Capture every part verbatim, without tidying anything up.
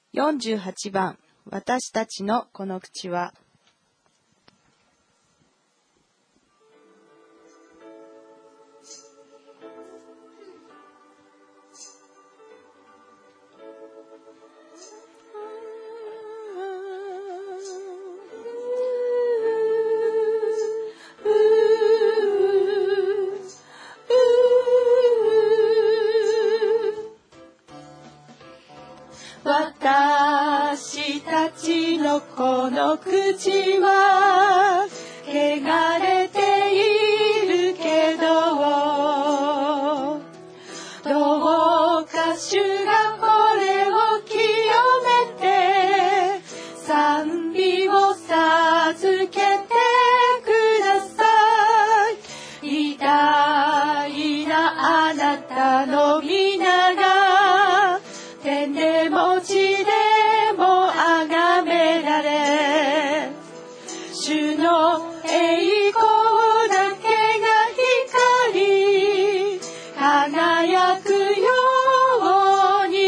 よんじゅうはちばん、私たちのこの口は。私たちのこの口は汚れているけど、どうか主がこれを清めて賛美を授けてください。偉大なあなたの皆が天でも地でも崇められ、主の栄光だけが光り輝くように。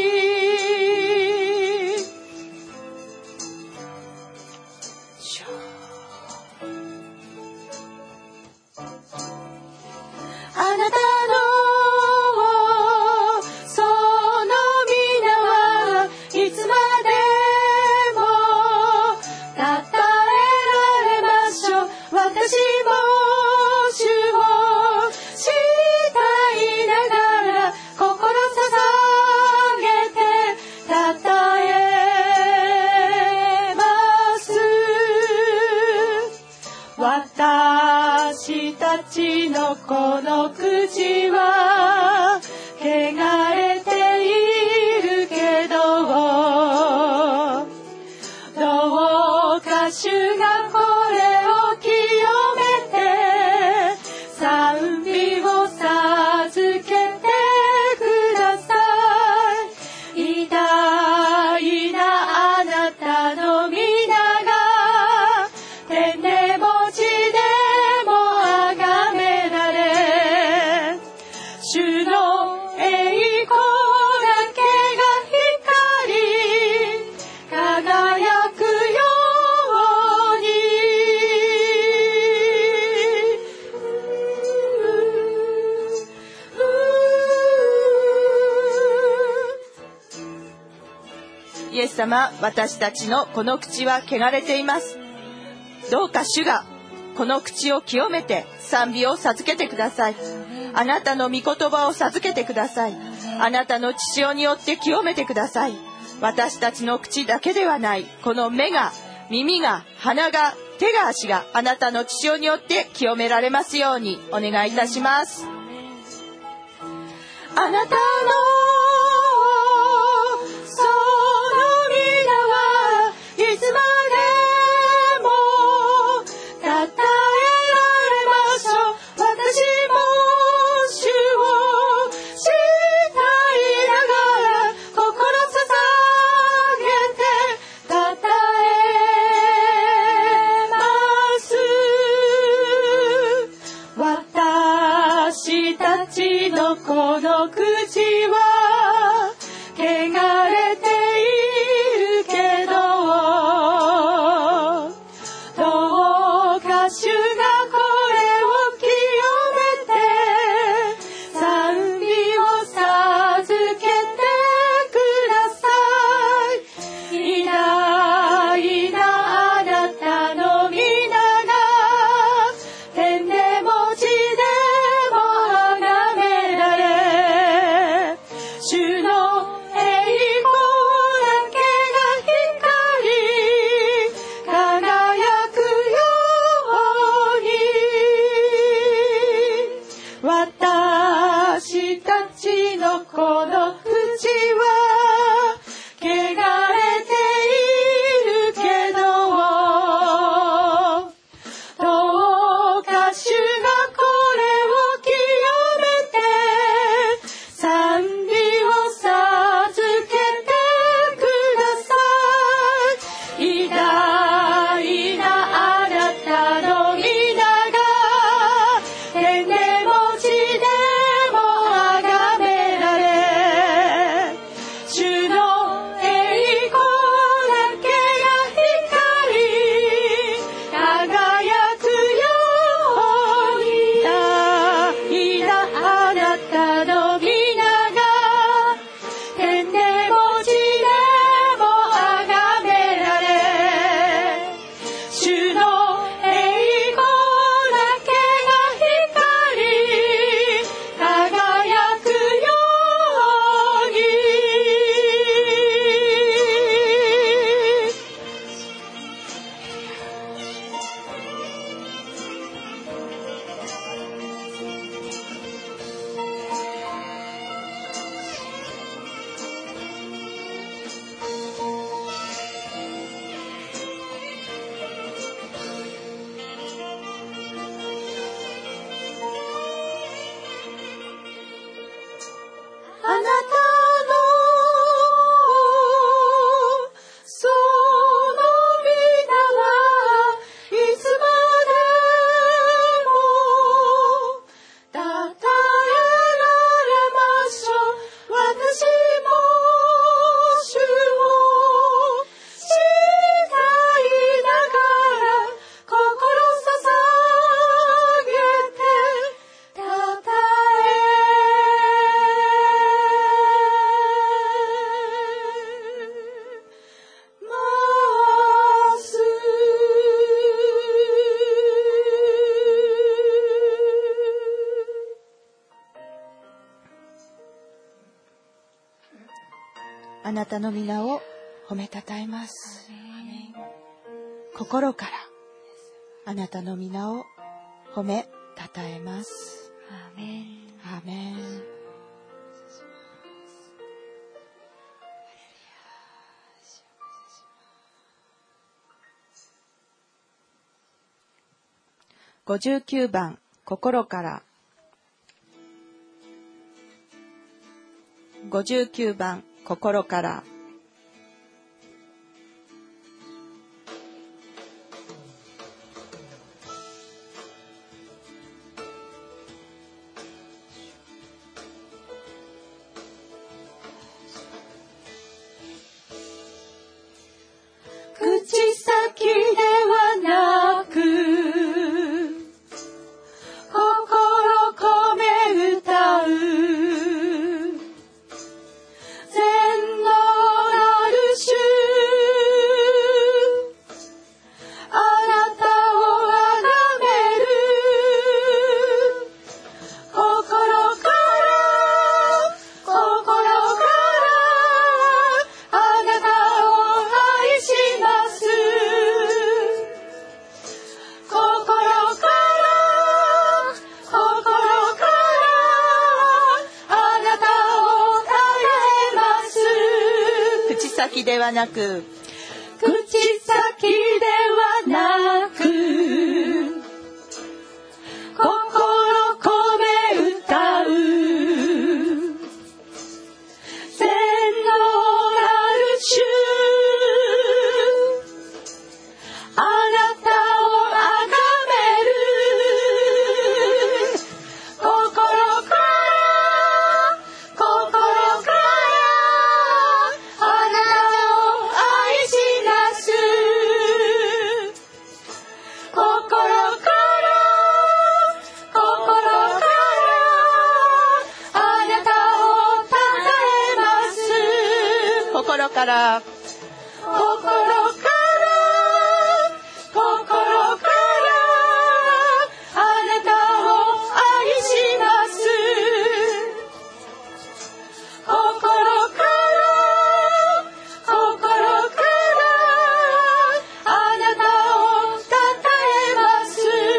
あなたの私たちのこの口は汚れているけど、どうか主がこれを清めて賛美を授けてください。偉大なあなたの皆が天でも地でも崇められ、主の栄光だけが光り輝くように。イエス様、私たちのこの口は汚れています。どうか主がこの口を清めて賛美を授けてください。あなたの御言葉を授けてください。あなたの血潮によって清めてください。私たちの口だけではない、この目が、耳が、鼻が、手が足があなたの血潮によって清められますようにお願いいたします。あなたのその皆はいつまでもたたえられましょう。私も主を慕いながら心捧げてたたえます。私たちのこの口は汚れているけど、どうか主がこれを清めて賛美を授けてください。偉大なあなたの皆が天でも地でも崇められ、主の栄光だけが光り輝くように。私たちのこの口は汚れているけど、どうか主がこれを清めて賛美を授けてください。偉大なあなたの皆が天でも地でも崇められ、主のあなたの皆を褒めたたえます。心からあなたの皆を褒めたたえます。 アーメン。 アーメン。ごじゅうきゅうばん、心から。ごじゅうきゅうばん、心から。 口先ではなく心込め歌う全能なる主、あなたをあがめる心から心からあなたを愛します心から心からあなたをたえます口先ではなく口先ではなく心込め歌う全能なる主、あなたをあがめる心から心からあなたを愛します心から心からあなたをたたえます心から心から心からあなたを愛します心から心からあなたをたたえます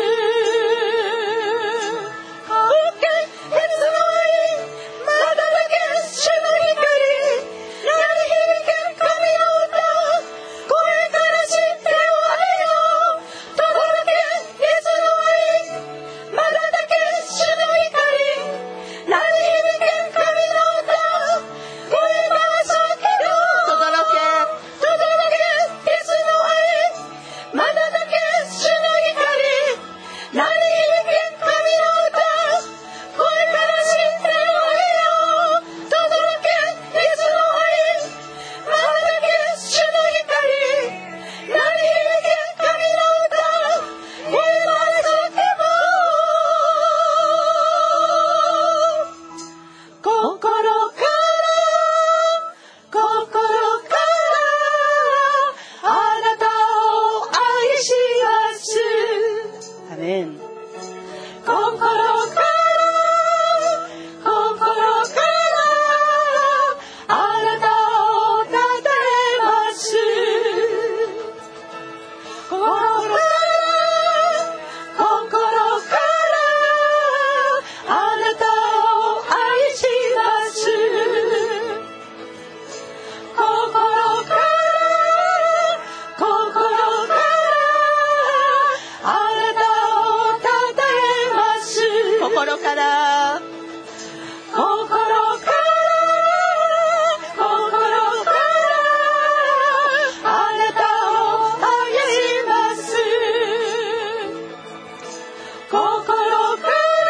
大きい鉄の愛まだだけ主の光鳴り響け神の歌これから知っておあれよ轟け鉄の愛まだだけ主の光鳴り響け神の歌これは叫ぼう轟け轟け鉄の愛まだだけ主の光鳴り響け神の歌これから知っておあれよ轟け鉄の愛まだだけ主の光鳴り響け神の歌これは叫ぼう心から心からあなたを愛しますアメン。 心から心からあなたをたたえます心から心からあなたを愛します心から心からあなたをたたえます心から心から心からあなたを愛します心から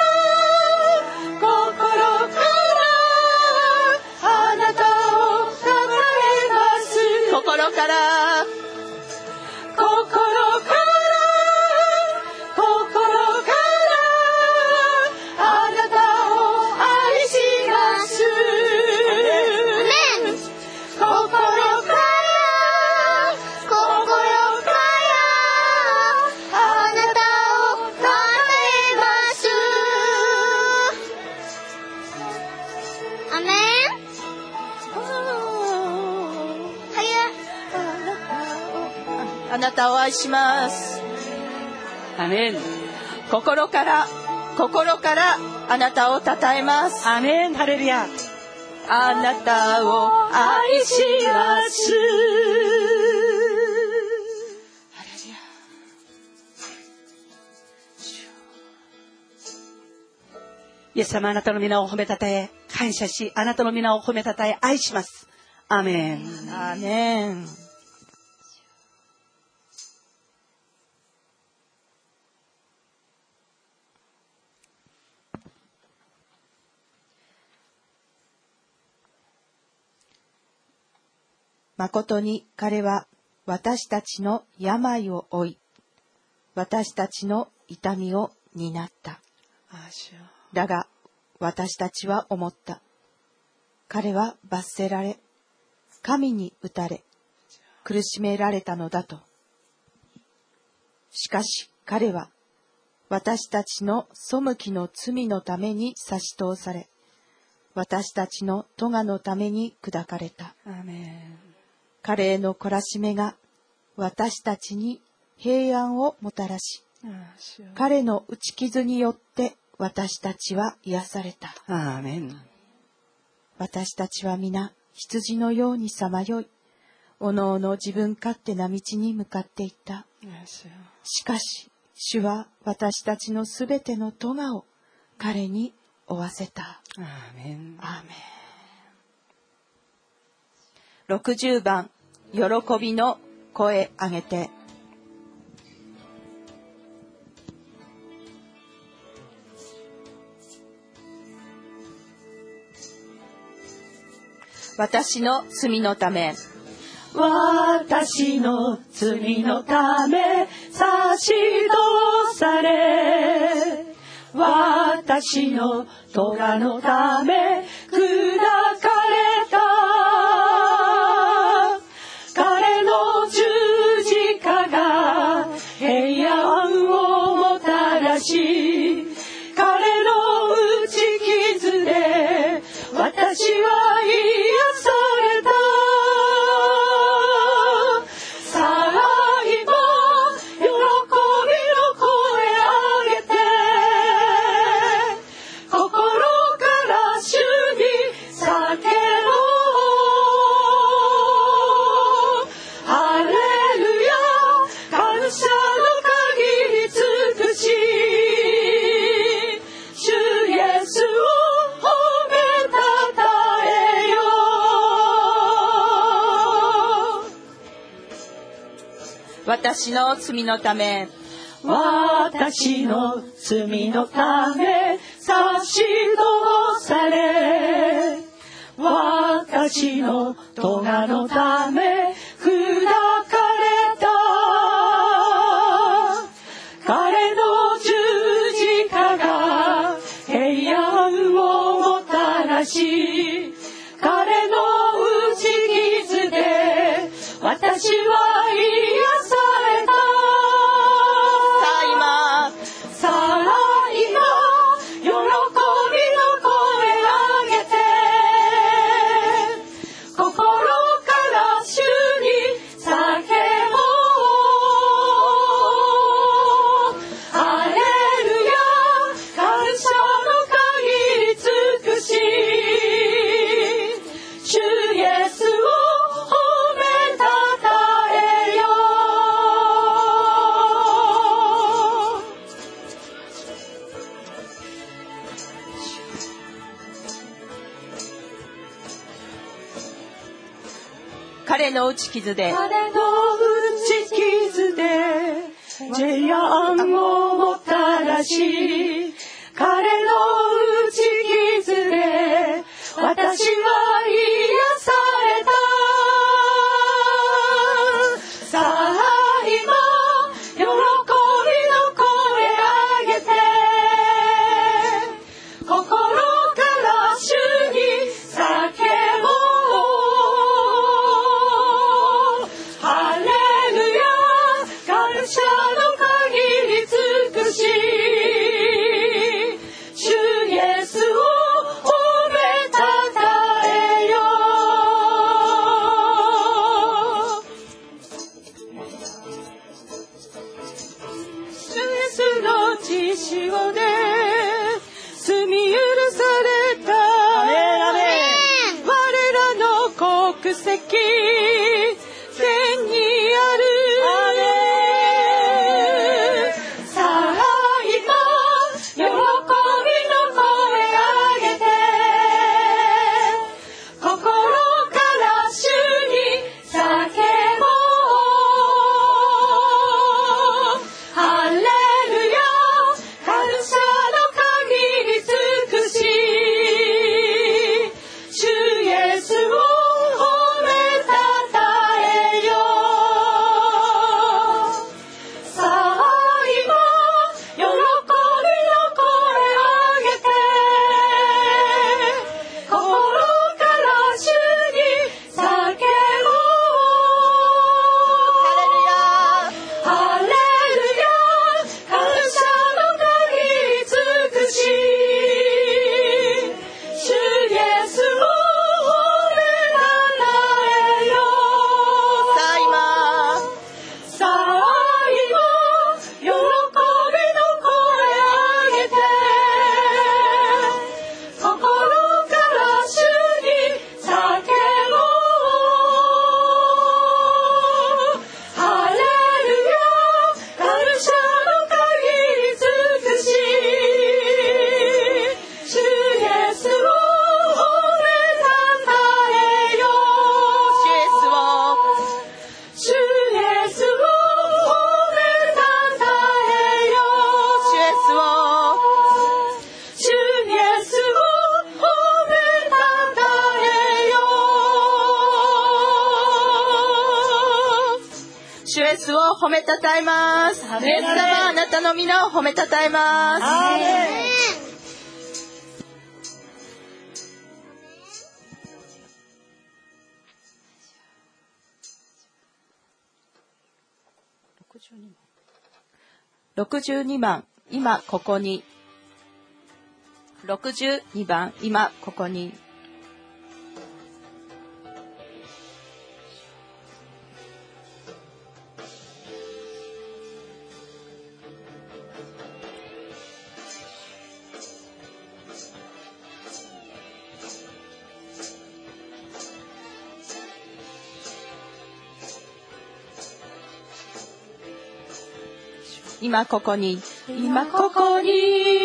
心からあなたをたたえます心から心から心からあなたを愛します心から心からあなたをたたえますアメンあなたを愛します。 アメン。 心から心からあなたを称えます。 アメン。ハレルヤ。 あなたを愛します。ハレルヤ。 イエス様、あなたの皆を褒めたたえ感謝し、あなたの皆を褒めたたえ愛します。アメン。 アメン。誠に彼は私たちの病を負い、私たちの痛みを担った。だが私たちは思った。彼は罰せられ、神に打たれ、苦しめられたのだと。しかし彼は私たちの背きの罪のために差し通され、私たちの咎のために砕かれた。 アメン。 彼への懲らしめが私たちに平安をもたらし、彼の打ち傷によって私たちは癒された。 アーメン。 私たちは皆羊のようにさまよい、おのおの自分勝手な道に向かっていった。しかし主は私たちのすべての咎を彼に負わせた。 アーメン。 アーメン。ろくじゅうばん、喜びの声上げて。私の罪のため、 私の罪のため差し通され、私の咎のため砕かれた。彼の十字架が平安をもたらし、彼の打ち傷で私は癒された。さあ今喜びの声上げて、心から主に叫ぼう。ハレルヤ、感謝の限り尽くし、主イエスを褒めたたえよう。 私の罪のため、 私の罪のため差し通され、私の咎のため砕かれた。彼の十字架が平安をもたらし、彼の打ち傷で私は癒された。さあ今喜びの声上げて、心から主に叫ぼう。ハレルヤ、感謝の限り尽くし、主イエスを褒めたたえよう。 彼の打ち傷で、 彼の打ち傷で平安をもたらし、彼の打ち傷で私は癒された。さあ今喜びの声上げて、心から主に叫ぼう。ハレルヤ、感謝の限り尽くし、主イエ席天にある。さあ今喜びの声上げて心から主に叫ぼう。ハレルヤ感謝の限り尽くし主イエスを褒めたたえよう。さあ今喜びの声上げて心から主に叫ぼう。ハレルヤ感謝の限り尽くし主イエスを褒めたたえよう。さあ今さあ今喜びの声上げて心から主に叫ぼう。ハレルヤ感謝の限り尽くし主イエスを褒めたたえよう。主イエスを主イエスを褒めたたえよう。主イエスを主イエスを褒めたたえよう。主イエスを褒めたたえます。イエス様あなたの皆を褒めたたえます。ろくじゅうにばん今ここに。ろくじゅうにばん今ここに。今ここに今ここに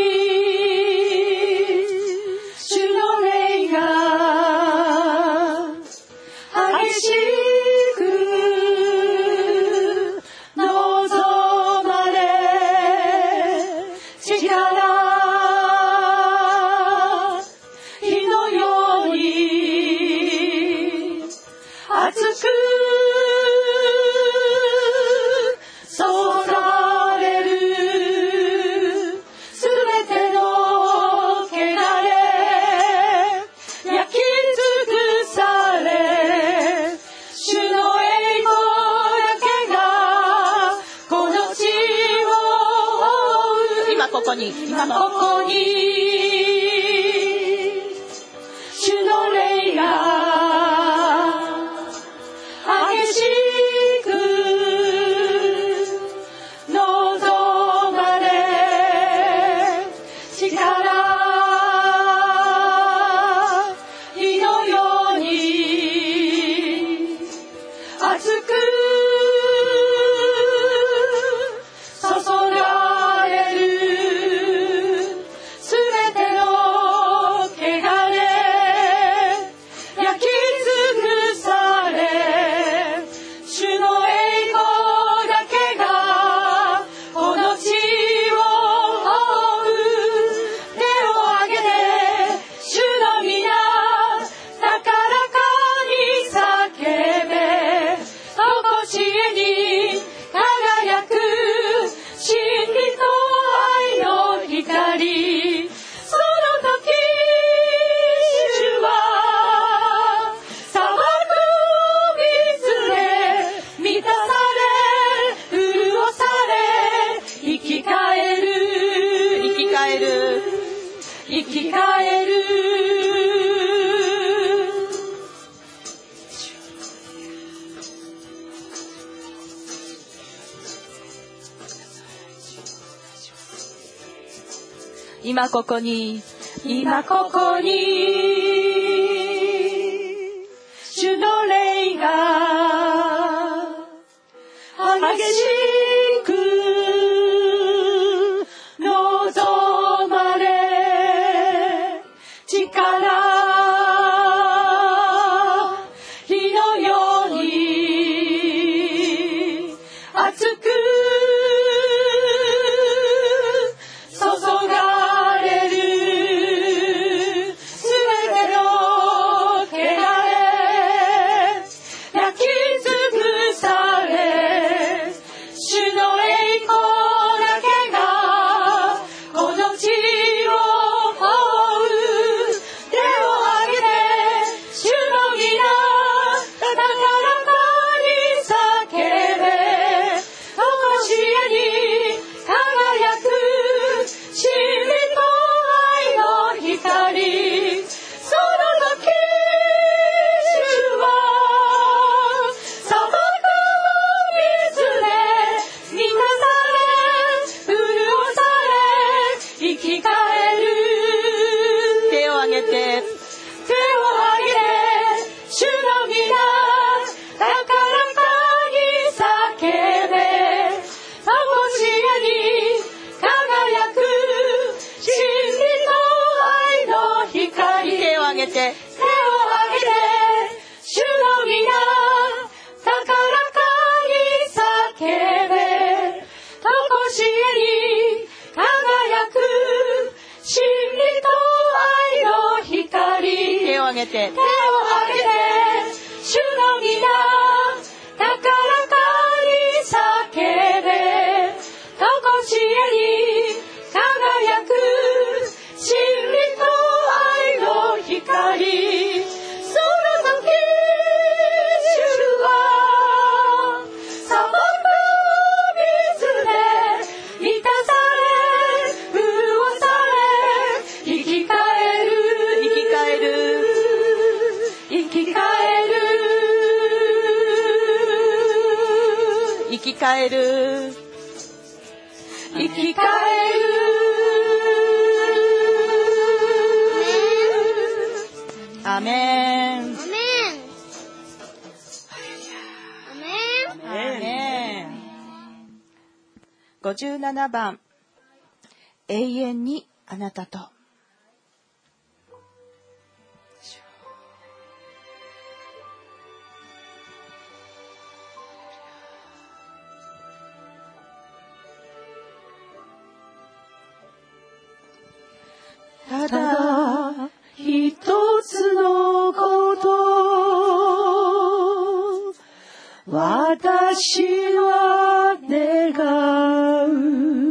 主の霊が激しく望まれ力火のように熱く注がれるすべての汚れ焼き尽くされ主の栄光だけがこの地を覆う。今ここに今ここに主の霊が激しく望まれ力火のように熱く注がれるすべての汚れ焼き尽くされ主の栄光だけがこの地を覆う。手を挙げて主の皆高らかに叫べ。常しえに輝く真理と愛の光。その時主は砂漠を水で満たされ潤され生き返る生き返る生き返る。今ここに今ここに主主の霊が激しく望まれ、力火のように熱く注がれる。すべての汚れ焼き尽くされ、主の栄光だけがこの地を覆う。手を挙げて主の皆高らかに叫べ、とこしえに輝く真理と愛の光。その時主は砂漠を水で満たされ、潤され、生き返る。手を挙げて、手を挙げて、主の皆高らかに叫べ、とこしえに輝く真理と愛の光。手を挙げて、手を挙げて、主の皆高らかに叫べ、とこしえに輝く真理と愛の光。手を挙げて、手を挙げて、主の皆高らかに叫べ、とこしえに輝く真理と愛の光。その時主は砂漠を水で満たされ、潤され、生き返る、生き返る、生き返る、生き返る、生き返る。アメン。 アメン。アメン。 アメン。ごじゅうななばん、永遠にあなたと。ただ一つのこと、私は願う。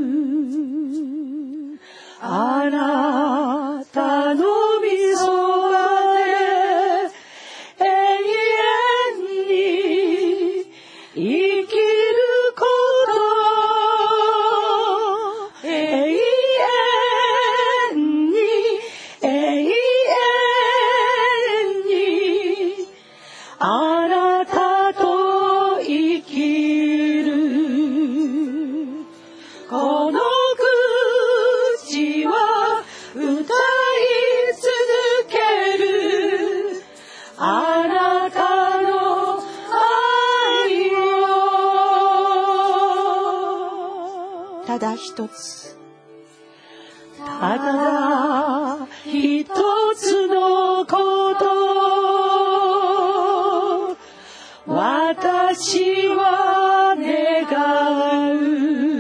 あなたの御そばで永遠に生きること、永遠に永遠にあなたと生きる。この口は歌い続ける、あなたの愛を。ただ一つ、ただ一つのこと、私は願う。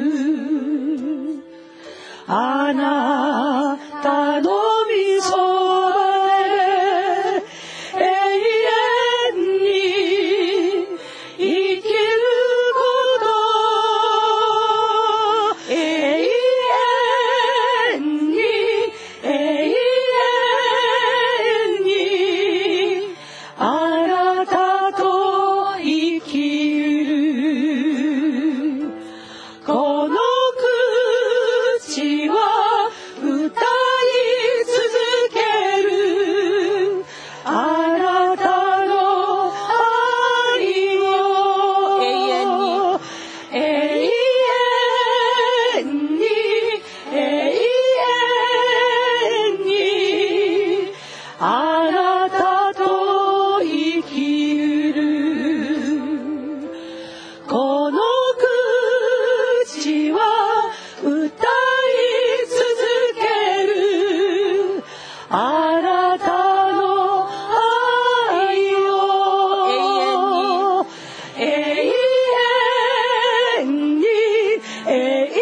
あなたの御そばで永遠に生きること、永遠に永遠にあなたと生きる。この口は歌い続ける、あなたの愛を。永遠に永遠に永遠にあなたと生きあなたの愛を永遠に永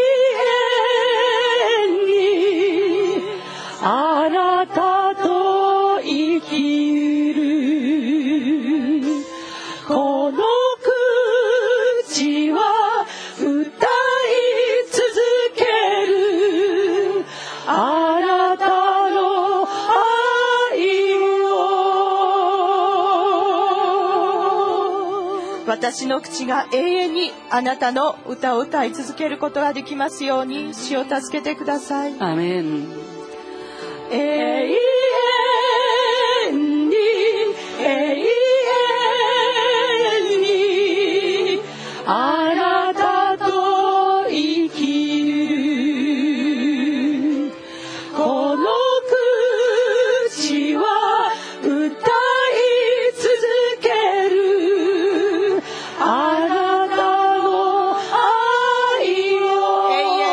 遠にあなたと生きるこの口は歌い続けるあなたの愛を私の口が永遠にあなたの歌を歌い続けることができますように主を助けてください。 アメン。 永遠に永遠にあなたと生きるこの口は歌い続けるあなたの愛を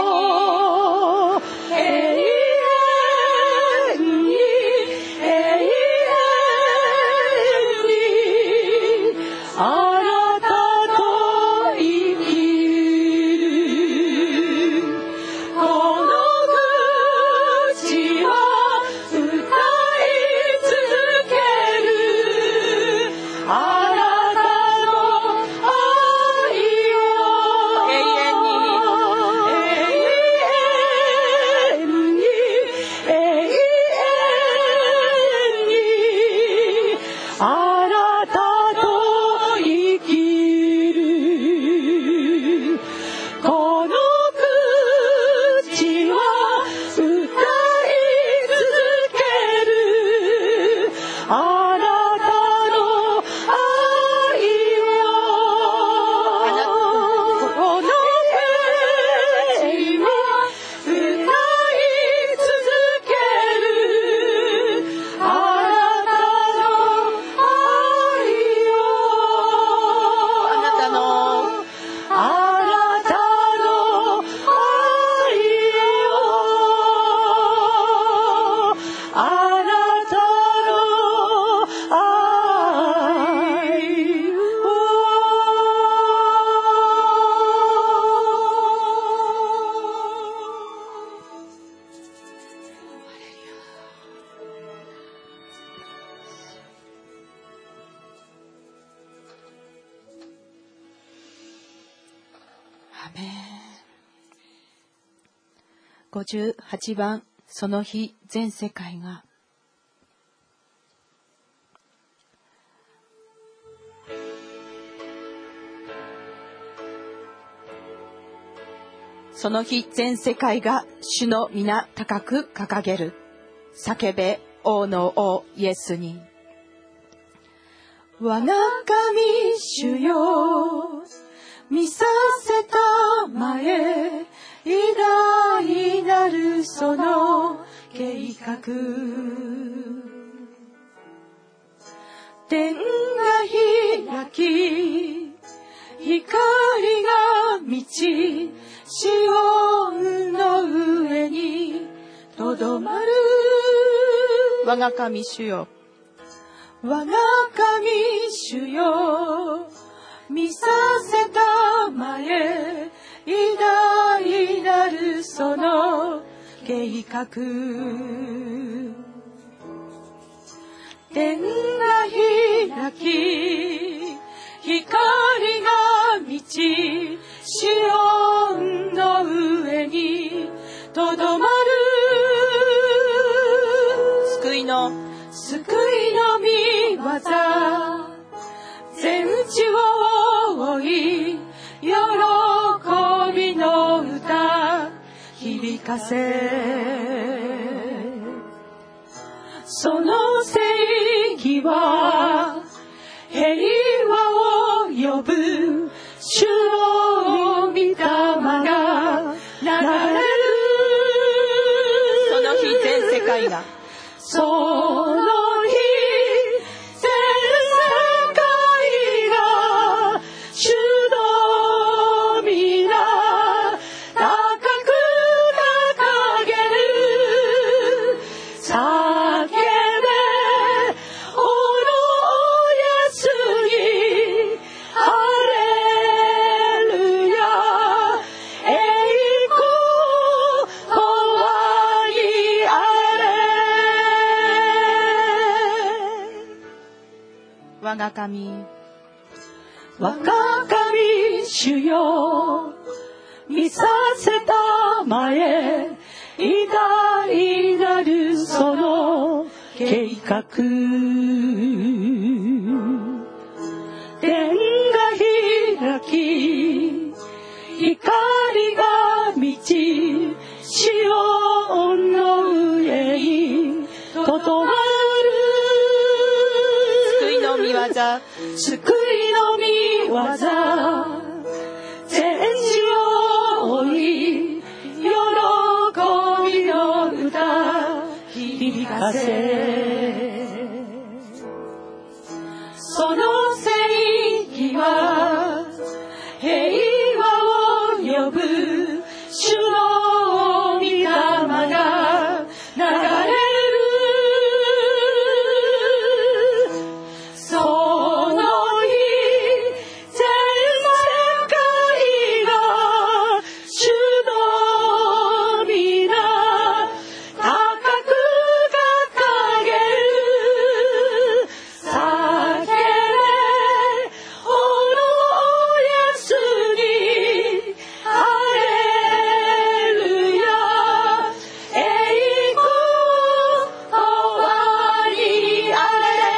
永遠に永遠にあなたと生きるこの口は歌い続けるあなたの愛を永遠に永遠に永遠にあなたと生きるこの口は歌い続けるあなたの愛をこの口は歌い続けるあなたの愛をあなたのあなたの愛をあなたの愛アメン。ごじゅうはちばんその日全世界がその日全世界が主の皆高く掲げる叫べ王の王イエスに我が神主よ見させたまえ偉大なるその計画天が開き光が満ちシオンの上にとどまる我が神主よ我が神主よ見させたまえ偉大なるその計画天が開き光が満ちシオンの上にとどまる救いの救いの御業全地を覆い喜びの歌響かせその正義は平和を呼ぶ主の御霊が流れるその日全世界がその日全世界が主の皆高く掲げる叫我が神我が神主よ、見させたまえ、偉大なるその計画。天が開き、光が満ち、シオンの上にとどまる。 救いの御業、 救いの御業、天地を追い、喜びの歌響かせ。その正義は平和を呼ぶ、主の御霊が流れる。その日、全世界が主の皆高く掲げる。叫べ、おのイエスにハレルヤ。栄光とはにあ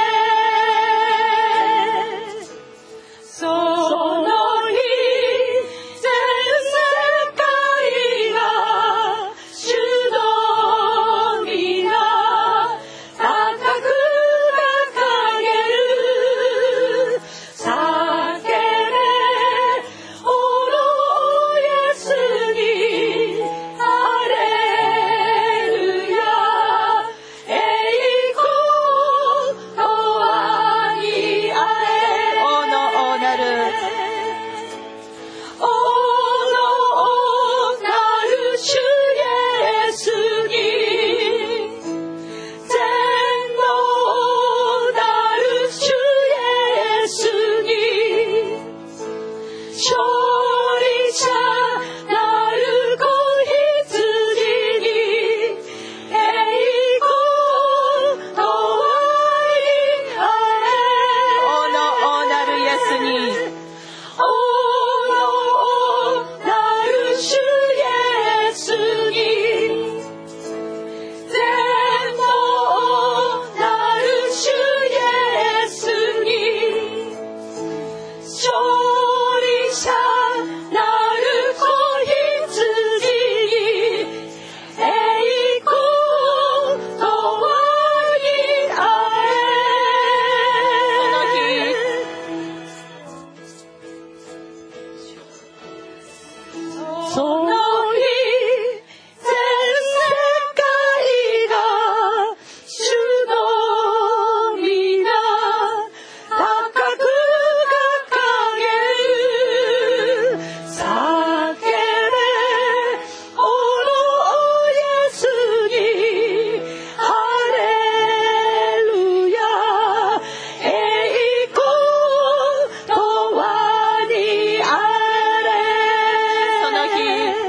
れ。その日、全世界が主の皆高く掲げる。叫べ、おのイエスにハレルヤ。栄光とはにあれ。 王の王なる王の王なる主イエスに、全能なる主イエスに、勝利者なる子羊に、栄光とはにあ王の王なるイエスに、 れ。王の王なる主イエスに、全能なる主イエスに、勝利者なる子羊に、栄光とはにあれ。その日、全世界が主の皆高く掲げる。叫べ、おのイエスにハレルヤ。栄光とはにあれ。 その日、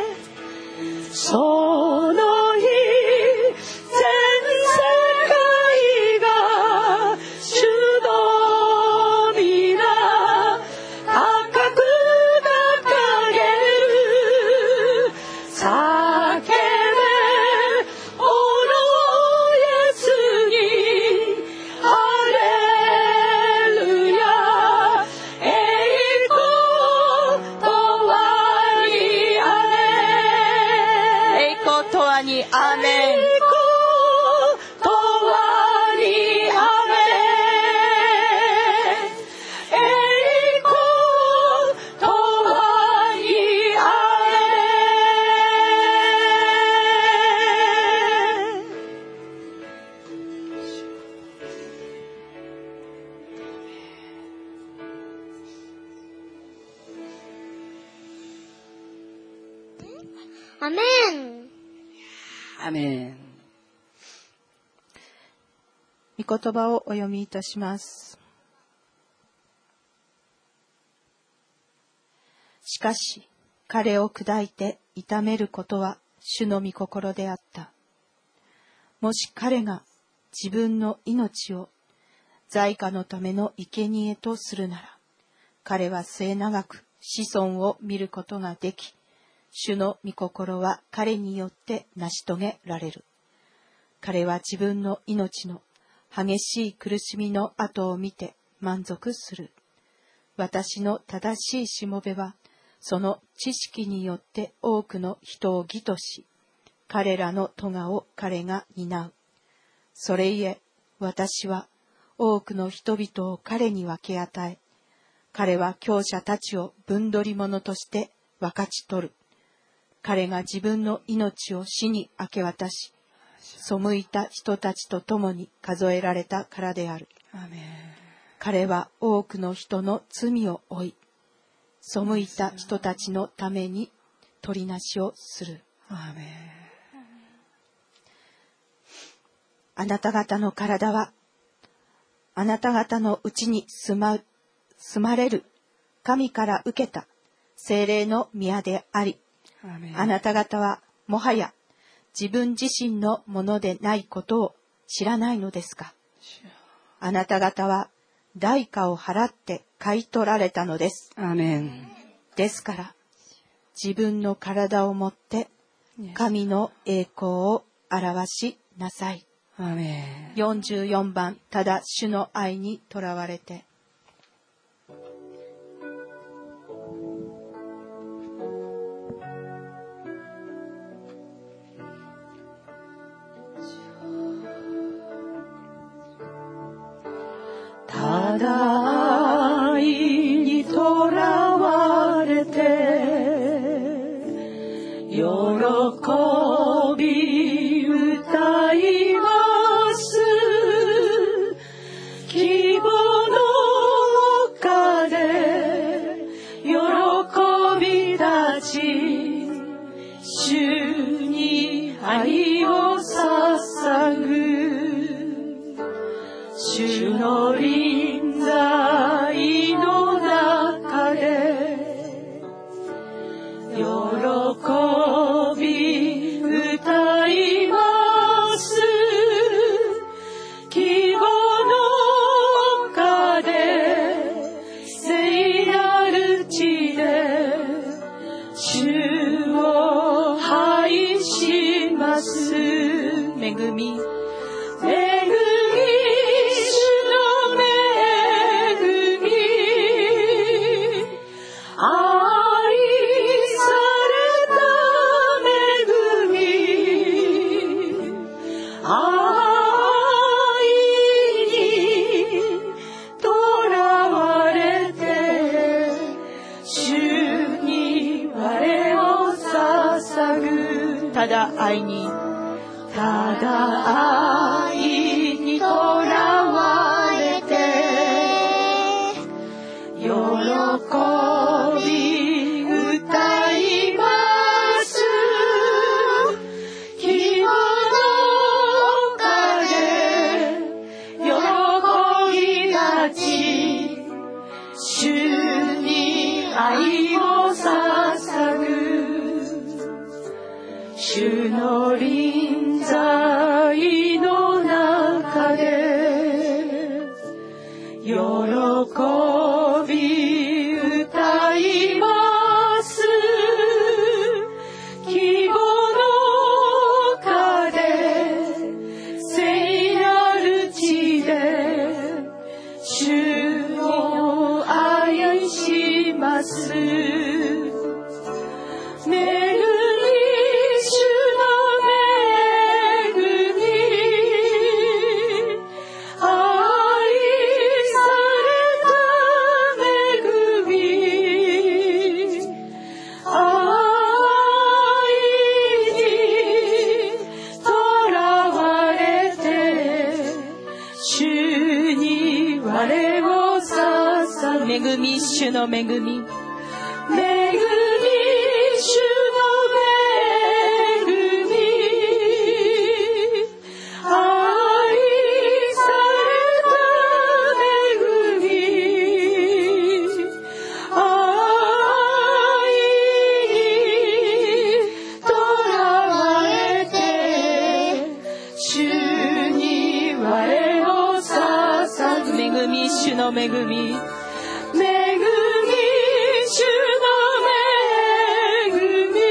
その日、全世界が主の皆高く掲げる。叫べ、おのイエスにハレルヤ。栄光とはにあれ。 栄光とはにアーメン。 栄光とはにあれ。栄光とはにあれ。 アメン。 アメン。 御言葉をお読みいたします。しかし、彼を砕いて痛めることは主の御心であった。もし彼が自分の命を在家のための生贄とするなら、彼は末永く子孫を見ることができ、主の御心は彼によって成し遂げられる。彼は自分の命の激しい苦しみの後を見て満足する。私の正しいしもべは、その知識によって多くの人を義とし、彼らの咎を彼が担う。それゆえ、私は多くの人々を彼に分け与え、彼は強者たちを分取り物として分かち取る。彼が自分の命を死に明け渡し、背いた人たちと共に数えられたからである。 アーメン。 彼は多くの人の罪を負い、背いた人たちのために取りなしをする。 アーメン。 あなた方の体は、あなた方のうちに住まう、住まれる神から受けた聖霊の宮であり、 アーメン。 あなた方はもはや自分自身のものでないことを知らないのですか。あなた方は代価を払って買い取られたのです。 アーメン。 ですから自分の体をもって神の栄光を表しなさい。 アーメン。 よんじゅうよんばん、ただ主の愛にとらわれて。 ただ愛にとらわれて喜び歌います希望の丘で喜び立ち主に愛を捧ぐ主の臨在の中で喜び歌います希望の丘で聖なる地で主を拝します恵み恵みただ愛にただ愛にとらわれて喜び歌います希望の丘で喜び立ち主に愛を捧ぐ主の臨在の中で喜び歌います希望の丘で聖なる地で主を愛します恵み主の恵み恵み主の恵み愛された恵み愛にとらわれて主に我を捧ぐみ、主の恵み、恵み、主の恵み、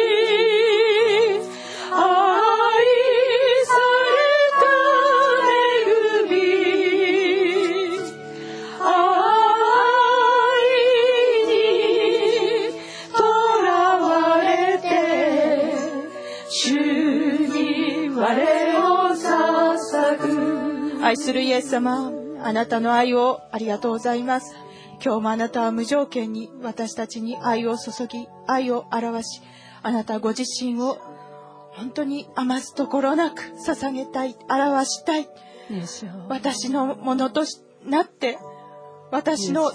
愛された恵み、愛にとらわれて、主に我を捧ぐ。愛するイエス様、あなたの愛をありがとうございます。今日もあなたは無条件に私たちに愛を注ぎ、愛を表し、あなたご自身を本当に余すところなく捧げたい、表したい。私のものとなって、私の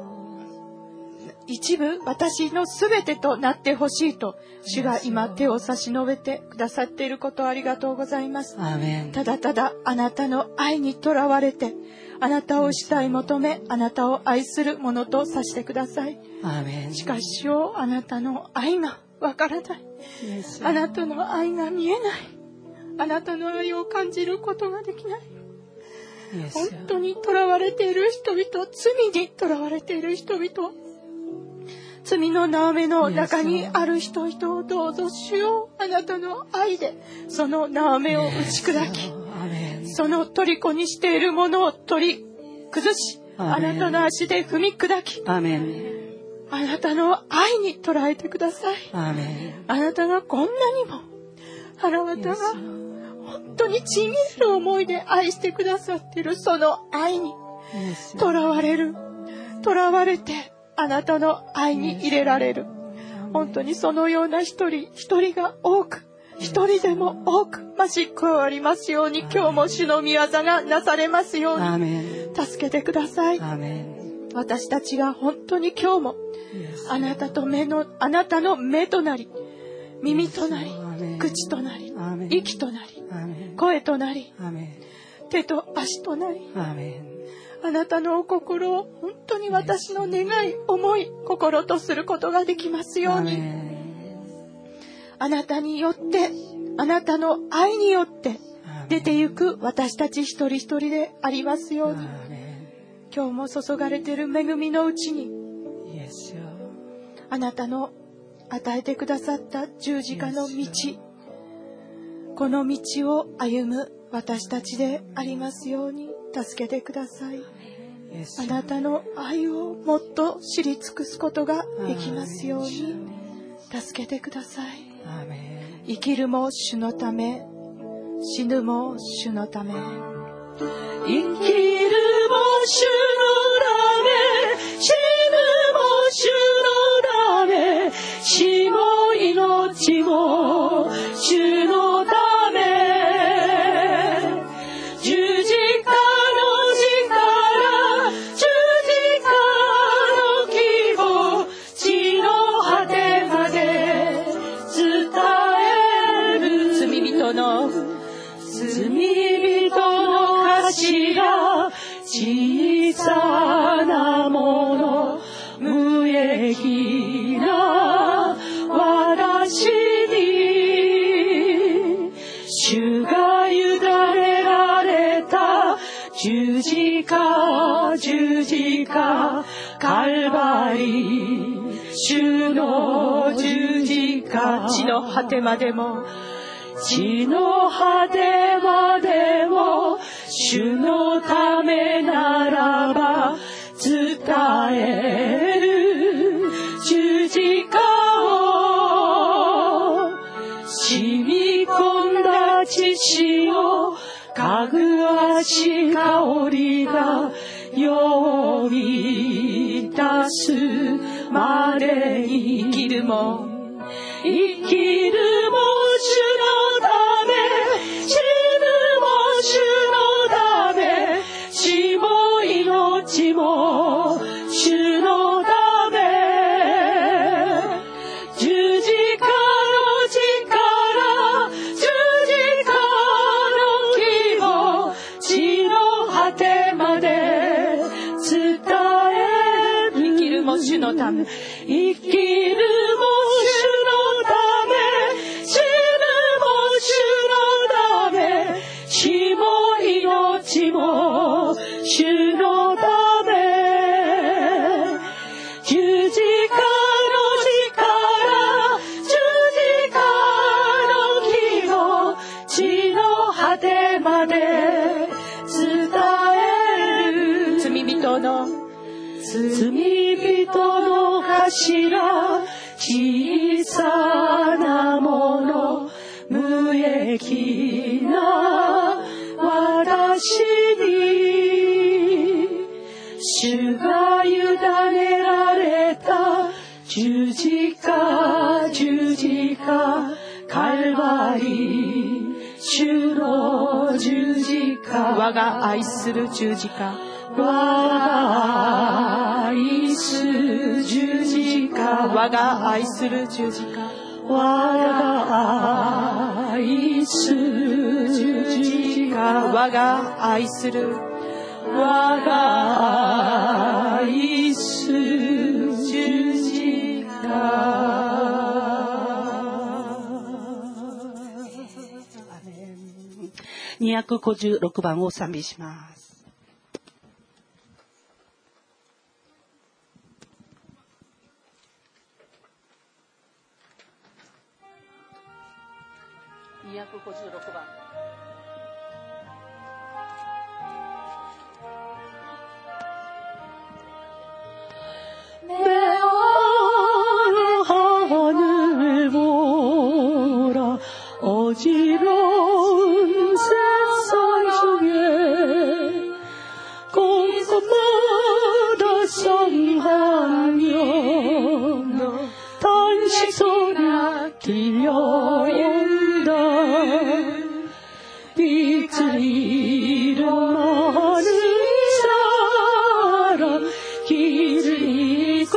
一部、私のすべてとなってほしいと、主が今手を差し伸べてくださっていることをありがとうございます。ただただあなたの愛にとらわれて、あなたを主体求め、あなたを愛するものとさせてください。しかし主、あなたの愛がわからない。あなたの愛が見えない。あなたの愛を感じることができない。本当にとらわれている人々、罪にとらわれている人々、罪の縄目の中にある人々をどうぞ主よ、あなたの愛でその縄目を打ち砕き、その虜にしているものを取り崩し、あなたの足で踏み砕き、あなたの愛に捉えてください。あなたがこんなにも、あなたが本当にちぎれる思いで愛してくださっているその愛にとらわれる、とらわれてあなたの愛に入れられる。本当にそのような一人一人が多く、一人でも多く増し加わりますように、今日も主の御業がなされますように助けてください。私たちが本当に今日もあなたと目のあなたの目となり、耳となり、口となり、息となり、声となり、手と足となり、あなたのお心を本当に私の願い、思い、心とすることができますように、あなたによって、あなたの愛によって出てゆく私たち一人一人でありますように、今日も注がれている恵みのうちに、あなたの与えてくださった十字架の道、この道を歩む私たちでありますように助けてください。あなたの愛をもっと知り尽くすことができますように助けてください。生きるも主のため、死ぬも主のため、生きるも主のため、死ぬも主のため、死も命も主のため、十字架の力、十字架の希望、地の果てまで伝える。罪人の罪人の頭、小さなもの、無益な私に、主が委ねられた十字架、十字架、カルバリ、主の十字架、地の果てまでも、地の果てまでも主のためならば伝える。十字架を染み込んだ血潮、かぐわし香りが呼び出すまでに、生きるも生きるも主のため、死ぬも主のため、死も命も主のため、十字架の力、十字架の希望、地の果てまで伝える。生きるも主のため、生きるも主のため、死ぬも主のため、死も命も主のため。 人の罪人の頭小さなもの無益な私に主が委ねられた十字架十字架カルバリ主の十字架我が愛する十字架我が愛する十字架我が愛する十字架我が愛する十字架我が愛する我が愛する十字架にひゃくごじゅうろくばんを賛美します。にひゃくごじゅうろくばん。 하늘보라 어지러운 세상 중에 곳곳마다 성하며 단식 소리 들려온다 빛을 잃은 많은 사람 길을 잃고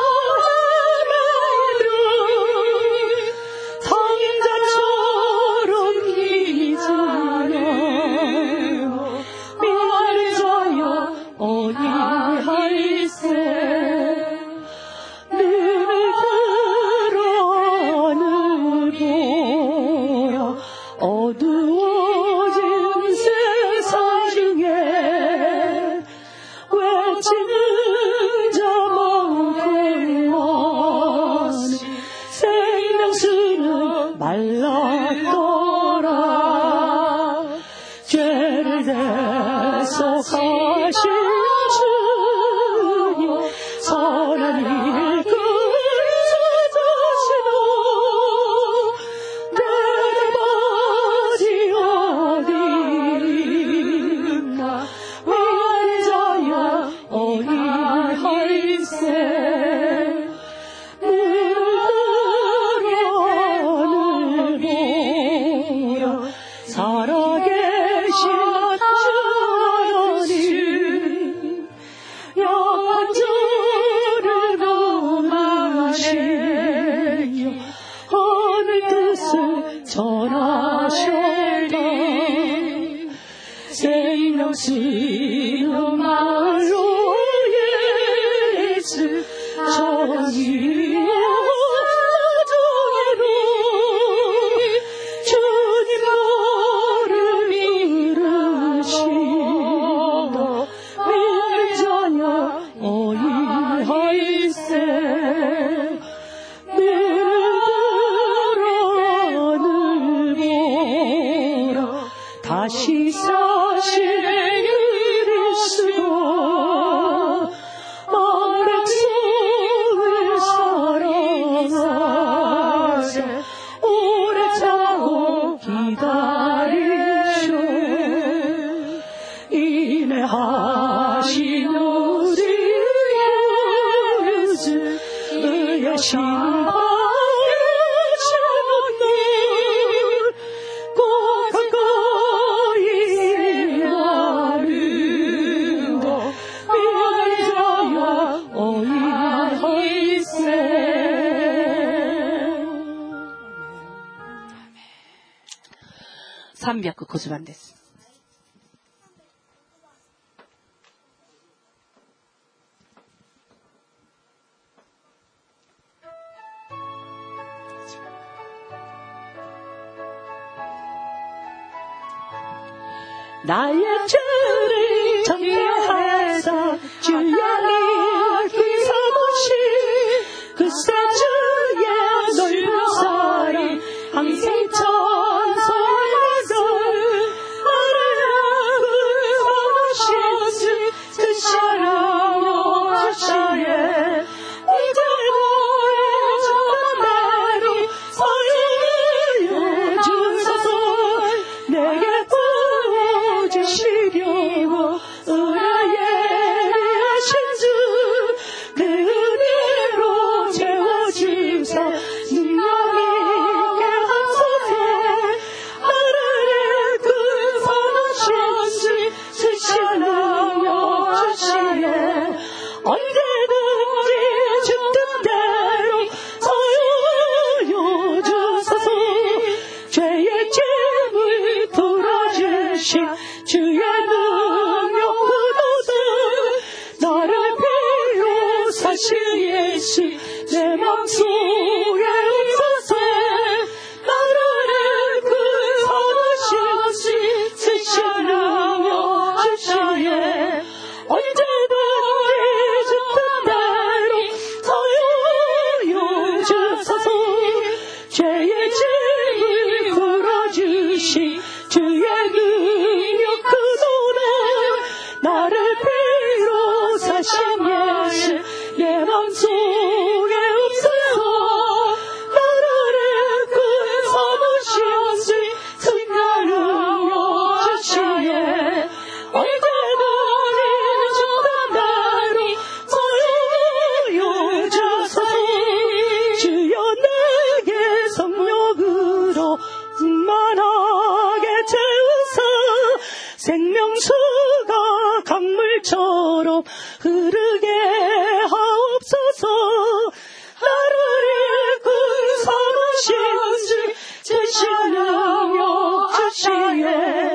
다시 사실 그리스도 마음속을 사랑하세 오래 참고 기다리쇼 인내하신 우리 예수 의의 신발 삼백구 번です。나의 죄를 정리하사 주야를 기사모시 그새 주의 넓은 사랑 항상 찬송해서 아래를 사모시 그 사랑 것처럼 흐르게 하옵소서. 나를 이끌 삼으신 주 제시하여 주시에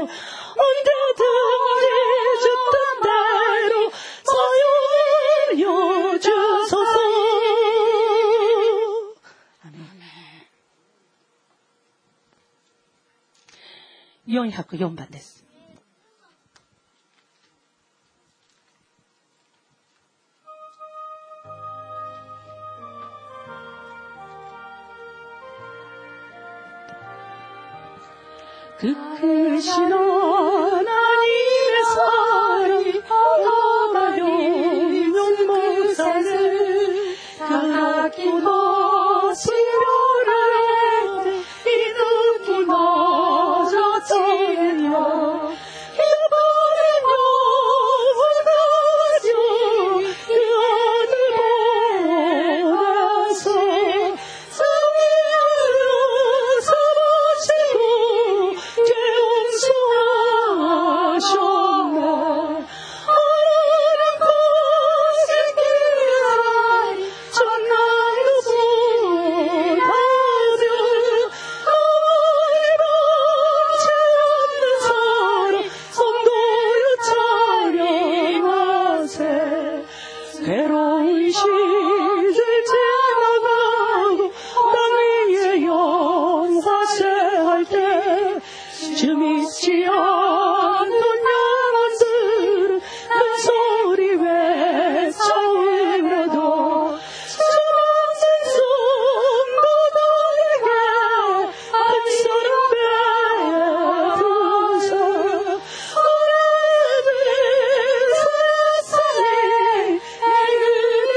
언제든지 주 뜻대로 사용하여 주소서. 아멘.よんひゃくよんばんです。그 크신 하나님의 사랑이 하나여 용모사는 가기도 신료를 이누기 멀어지며 이번에도 가져 여느 보라서 사미하여 삼으시고 개옹수하셨네. 하나님 거신 길이 전나도 보다며 하나님 없지 않는 사람 성도여 찬양하세. 괴로운 시절 지나가고 땅 위에 영화세할 때 주 믿지 않는 영혼들은 큰 소리 외쳐으려도 수많은 성도들에게 한 사람 베푸사. 하나님의 사랑이 이근이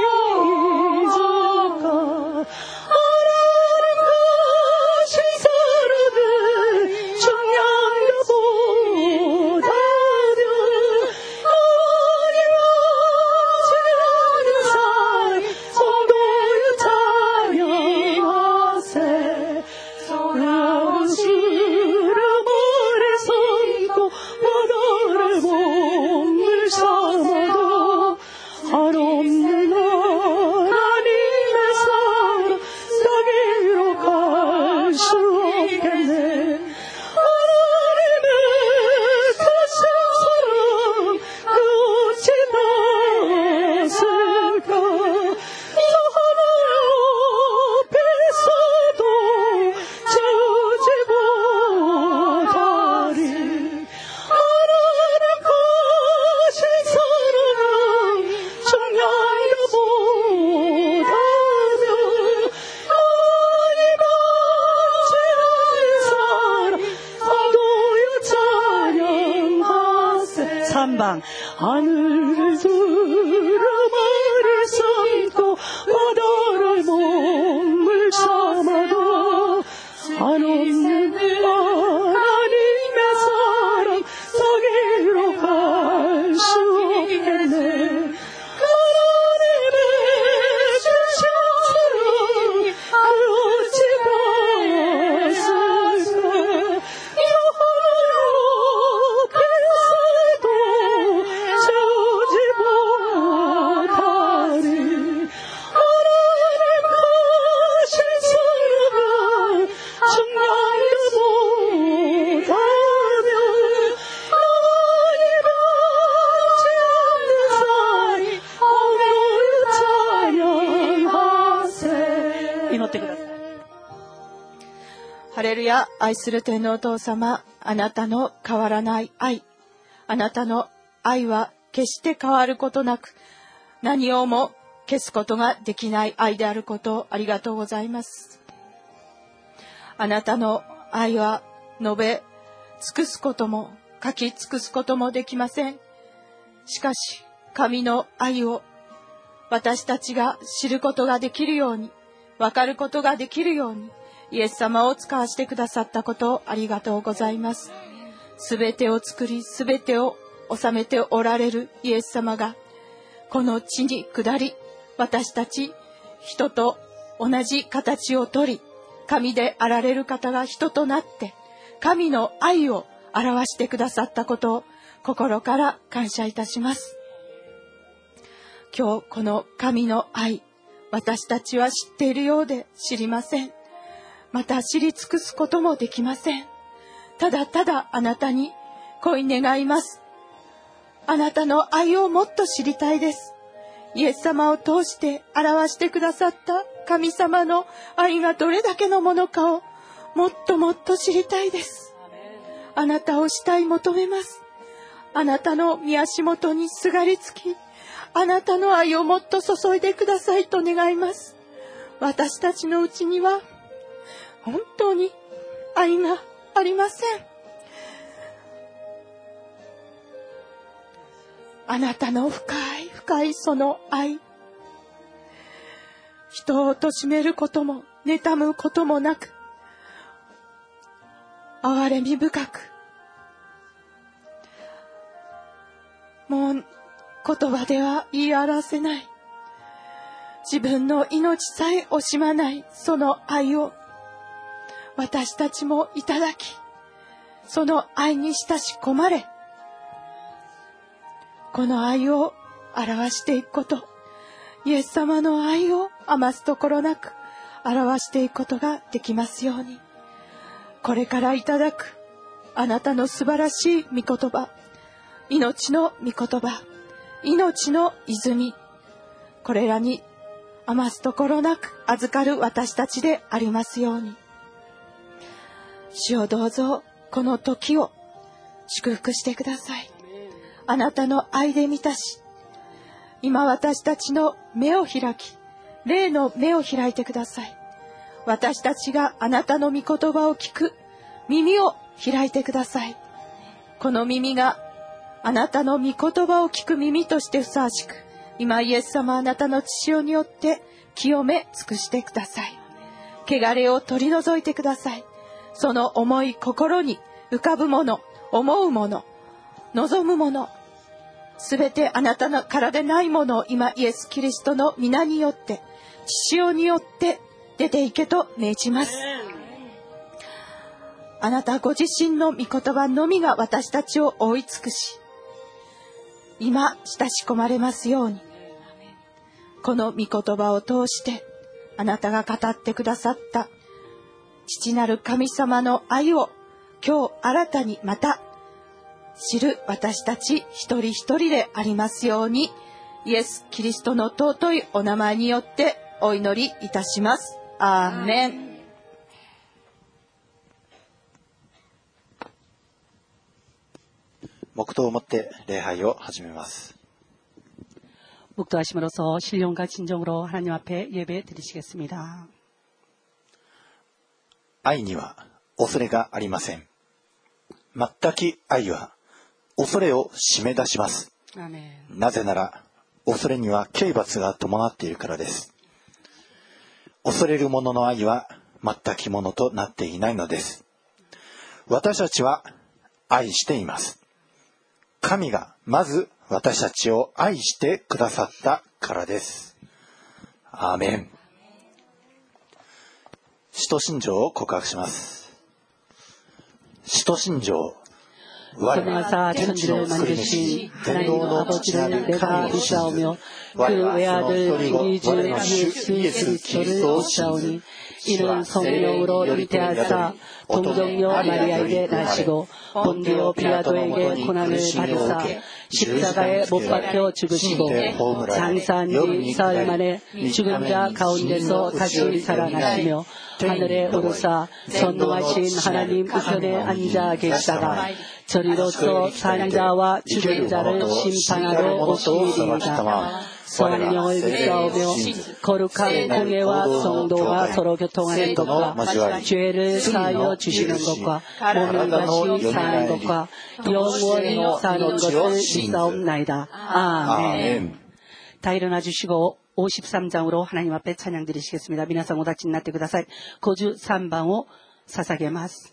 이적하. 하나님 가신 사람은 청량도 보다며 하나님 없지 않는 사람 성도여 찬양하세. 서라우스를 머리 삼고 바다를 몸을 삼아도 한없는 하나님의 사랑 거기로 갈 수 없겠네. 하나님의 크신 사랑 그 어찌 닿았을까. 저 하나 앞에서도 채우지 못하리. 하나님 크신 사랑은 청량도 보다며 하나님 없지 않는 사람 성도여 찬양하세. 삼 방 하늘을 두루마를 삼고 바다를 몸을 삼아도 한없는 하나님의 사랑 거기로 갈 수 없겠네. 하나님의 주신 사랑 그 어찌 닿았을까. 여호와 앞에서도 채우지 못하리. 하나님 가신 사랑은 청량도 보다며 하나님 없지 않는 사람 성도여 찬양하세. 祈ってください。 ハレルヤ。愛する天のお父様、あなたの変わらない愛、あなたの愛は決して変わることなく、何をも消すことができない愛であることをありがとうございます。あなたの愛は述べ尽くすことも書き尽くすこともできません。しかし神の愛を私たちが知ることができるように、分かることができるように、イエス様を使わせてくださったことをありがとうございます。すべてを作り、すべてを治めておられるイエス様が、この地に下り、私たち人と同じ形をとり、神であられる方が人となって、神の愛を表してくださったことを心から感謝いたします。 今日この神の愛、私たちは知っているようで知りません。また知り尽くすこともできません。ただただあなたに恋願います。あなたの愛をもっと知りたいです。イエス様を通して表してくださった神様の愛がどれだけのものかをもっともっと知りたいです。あなたを慕い求めます。あなたの御足元にすがりつき、あなたの愛をもっと注いでくださいと願います。私たちのうちには本当に愛がありません。あなたの深い深いその愛、人を貶めることも妬むこともなく、憐れみ深く、もう言葉では言い表せない、自分の命さえ惜しまないその愛を私たちもいただき、その愛に親し込まれ、この愛を表していくこと、イエス様の愛を余すところなく表していくことができますように。これからいただくあなたの素晴らしい御言葉、命の御言葉、命の泉、これらに余すところなく預かる私たちでありますように。主をどうぞこの時を祝福してください。あなたの愛で満たし、今私たちの目を開き、霊の目を開いてください。私たちがあなたの御言葉を聞く耳を開いてください。この耳があなたの御言葉を聞く耳としてふさわしく、今イエス様あなたの血潮によって清め尽くしてください。汚れを取り除いてください。その重い心に浮かぶもの、思うもの、望むもの、すべてあなたのからでないものを今イエス・キリストの皆によって血潮によって出ていけと命じます。あなたご自身の御言葉のみが私たちを覆い尽くし、今親し込まれますように、この御言葉を通してあなたが語ってくださった父なる神様の愛を今日新たにまた知る私たち一人一人でありますように、イエス・キリストの尊いお名前によってお祈りいたします。アーメン。 黙祷をもって礼拝を始めます。 묵도하심으로써 신령과 진정으로 하나님 앞에 예배 드리시겠습니다. 愛には恐れがありません。全く愛は恐れを締め出します。 アメン。 なぜなら恐れには刑罰が伴っているからです。恐れる者の愛は全くものとなっていないのです。私たちは愛しています。神がまず私たちを愛してくださったからです。アーメン。使徒信条を告白します。使徒信条。我は天地の作り主、天皇の父なる神を信ず。我はその一人子、我の主イエス・キリストを信ず。主は聖霊より天に宿り、동정녀 마리아에게 나시고 본디오 빌라도에게 고난을 받으사 십자가에 못 박혀 죽으시고 장사한 지 사흘 만에 죽은 자 가운데서 다시 살아나시며 하늘에 오르사 선능하신 하나님 우편에 앉아 계시다가 저리로서 사는 자와 죽은 자를 심판하러 오시리이다. 성령을 믿사오며 거룩한 공예와 성도가 서로 교통하는 것과 죄를 사하여 주시는 것과 몸을 다시 사는 것과 영원히 사는 것을 믿사옵나이다. 아멘. 다 일어나 주시고 오십삼 장으로 하나님 앞에 찬양 드리시겠습니다. 미나상 오다 진나때 그다사이 고주 삼방호 사사게마스.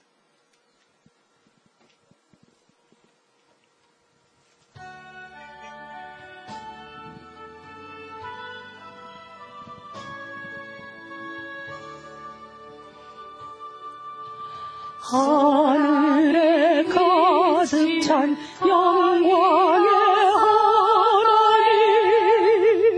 하늘에 가득 찬 영광의 하나님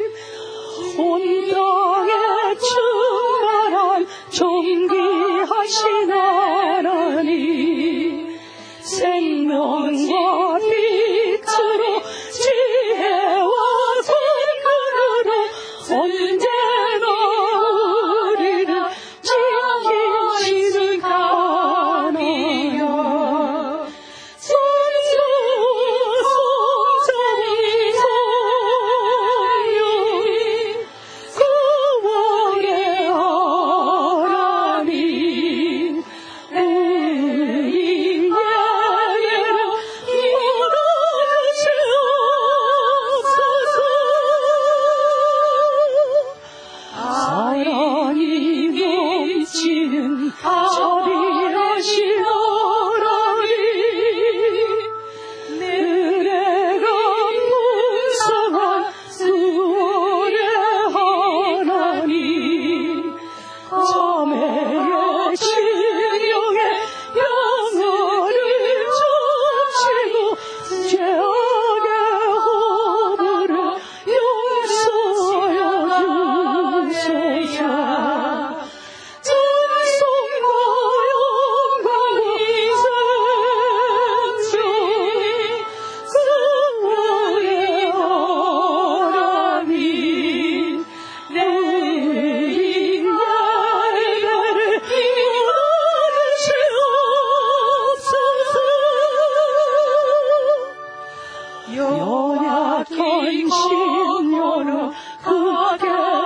언약인 신녀를 그에게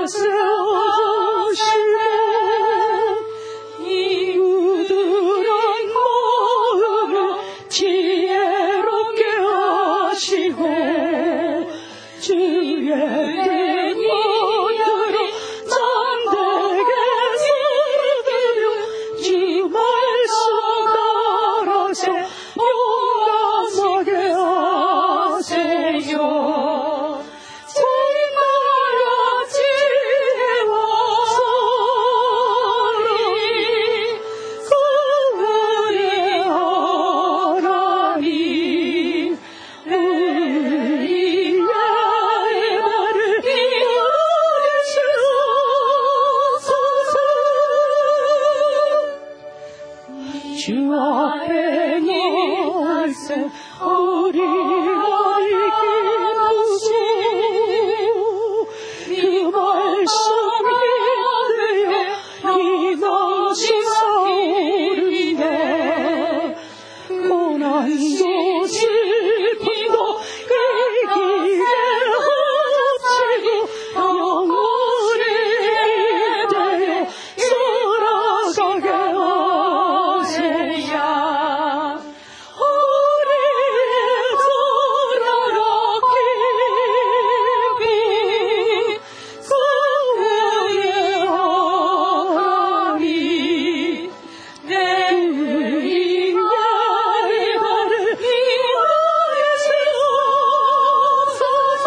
세워주시네. 이웃들의 마음을 지혜롭게 하시고 주의 백성들을 잠들게 설득여 주 말씀 따라서 용감하게 하세요. 정말야 지혜와 사랑이 그의 하나님 의리의 발을 이어주시옵소서. 주 앞에 나서 우리가 이기노소. 그 말씀이 되어 이것이 사오르네. 고난도 슬픔도 그 길에 합치고 영원히 되어 살아가게 하세요. 우리의 나라라 깊이 그의 하나님 내 의인의 발을 위하여 세워소서.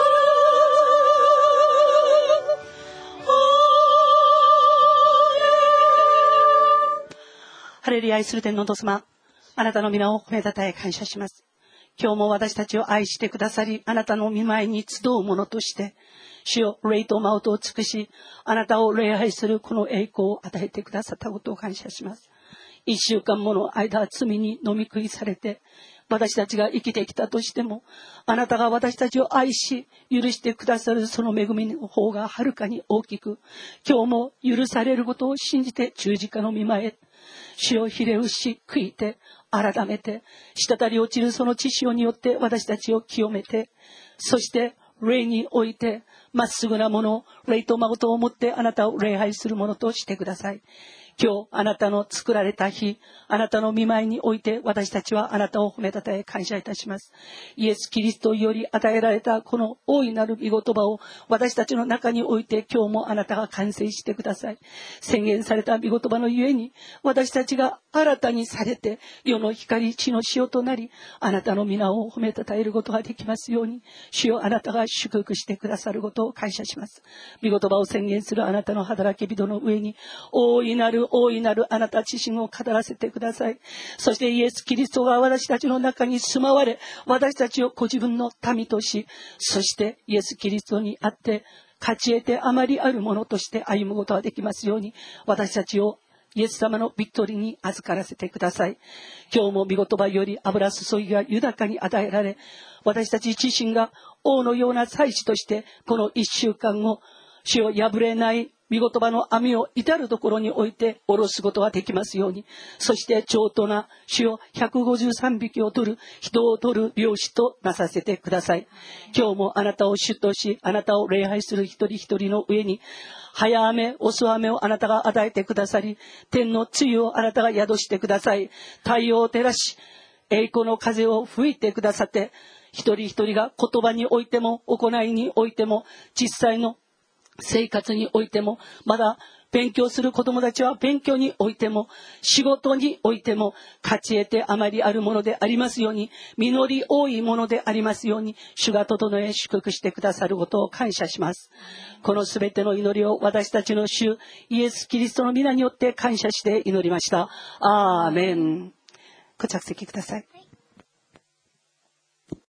ハレルヤ愛する天皇と様、あなたの皆を褒めたたえ感謝します。今日も私たちを愛してくださり、あなたの御前に集う者として、主よ、霊とマウトを尽くし、あなたを礼拝するこの栄光を与えてくださったことを感謝します。一週間もの間、罪に飲み食いされて、私たちが生きてきたとしても、あなたが私たちを愛し、許してくださるその恵みの方がはるかに大きく、今日も許されることを信じて十字架の御前へ、主をひれ伏し、悔いて、改めて、滴り落ちるその血潮によって私たちを清めて、そして霊において、まっすぐなものを、霊と誠をもってあなたを礼拝するものとしてください。今日あなたの作られた日、あなたの御前において私たちはあなたを褒めたたえ感謝いたします。イエス・キリストより与えられたこの大いなる御言葉を私たちの中において今日もあなたが完成してください。宣言された御言葉のゆえに私たちが新たにされて世の光地の塩となり、あなたの皆を褒めたたえることができますように、主よあなたが祝福してくださることを感謝します。御言葉を宣言するあなたの働き人の上に大いなる大いなるあなた自身を語らせてください。そしてイエス・キリストが私たちの中に住まわれ、私たちをご自分の民とし、そしてイエス・キリストにあって勝ち得てあまりあるものとして歩むことができますように、私たちをイエス様のビクトリーに預からせてください。今日も御言葉より油注ぎが豊かに与えられ、私たち自身が王のような祭司としてこの一週間を主を破れない御言葉の網を至るところに置いて下ろすことができますように、そして上等な主をひゃくごじゅうさんびきを取る人を取る漁師となさせてください。今日もあなたを主とし、あなたを礼拝する一人一人の上に早雨遅雨をあなたが与えてくださり、天の露をあなたが宿してください。太陽を照らし、栄光の風を吹いてくださって、一人一人が言葉においても行いにおいても実際の生活においても、まだ勉強する子供たちは勉強においても、仕事においても勝ち得てあまりあるものでありますように、実り多いものでありますように、主が整え祝福してくださることを感謝します。このすべての祈りを私たちの主イエス・キリストの皆によって感謝して祈りました。アーメン。ご着席ください。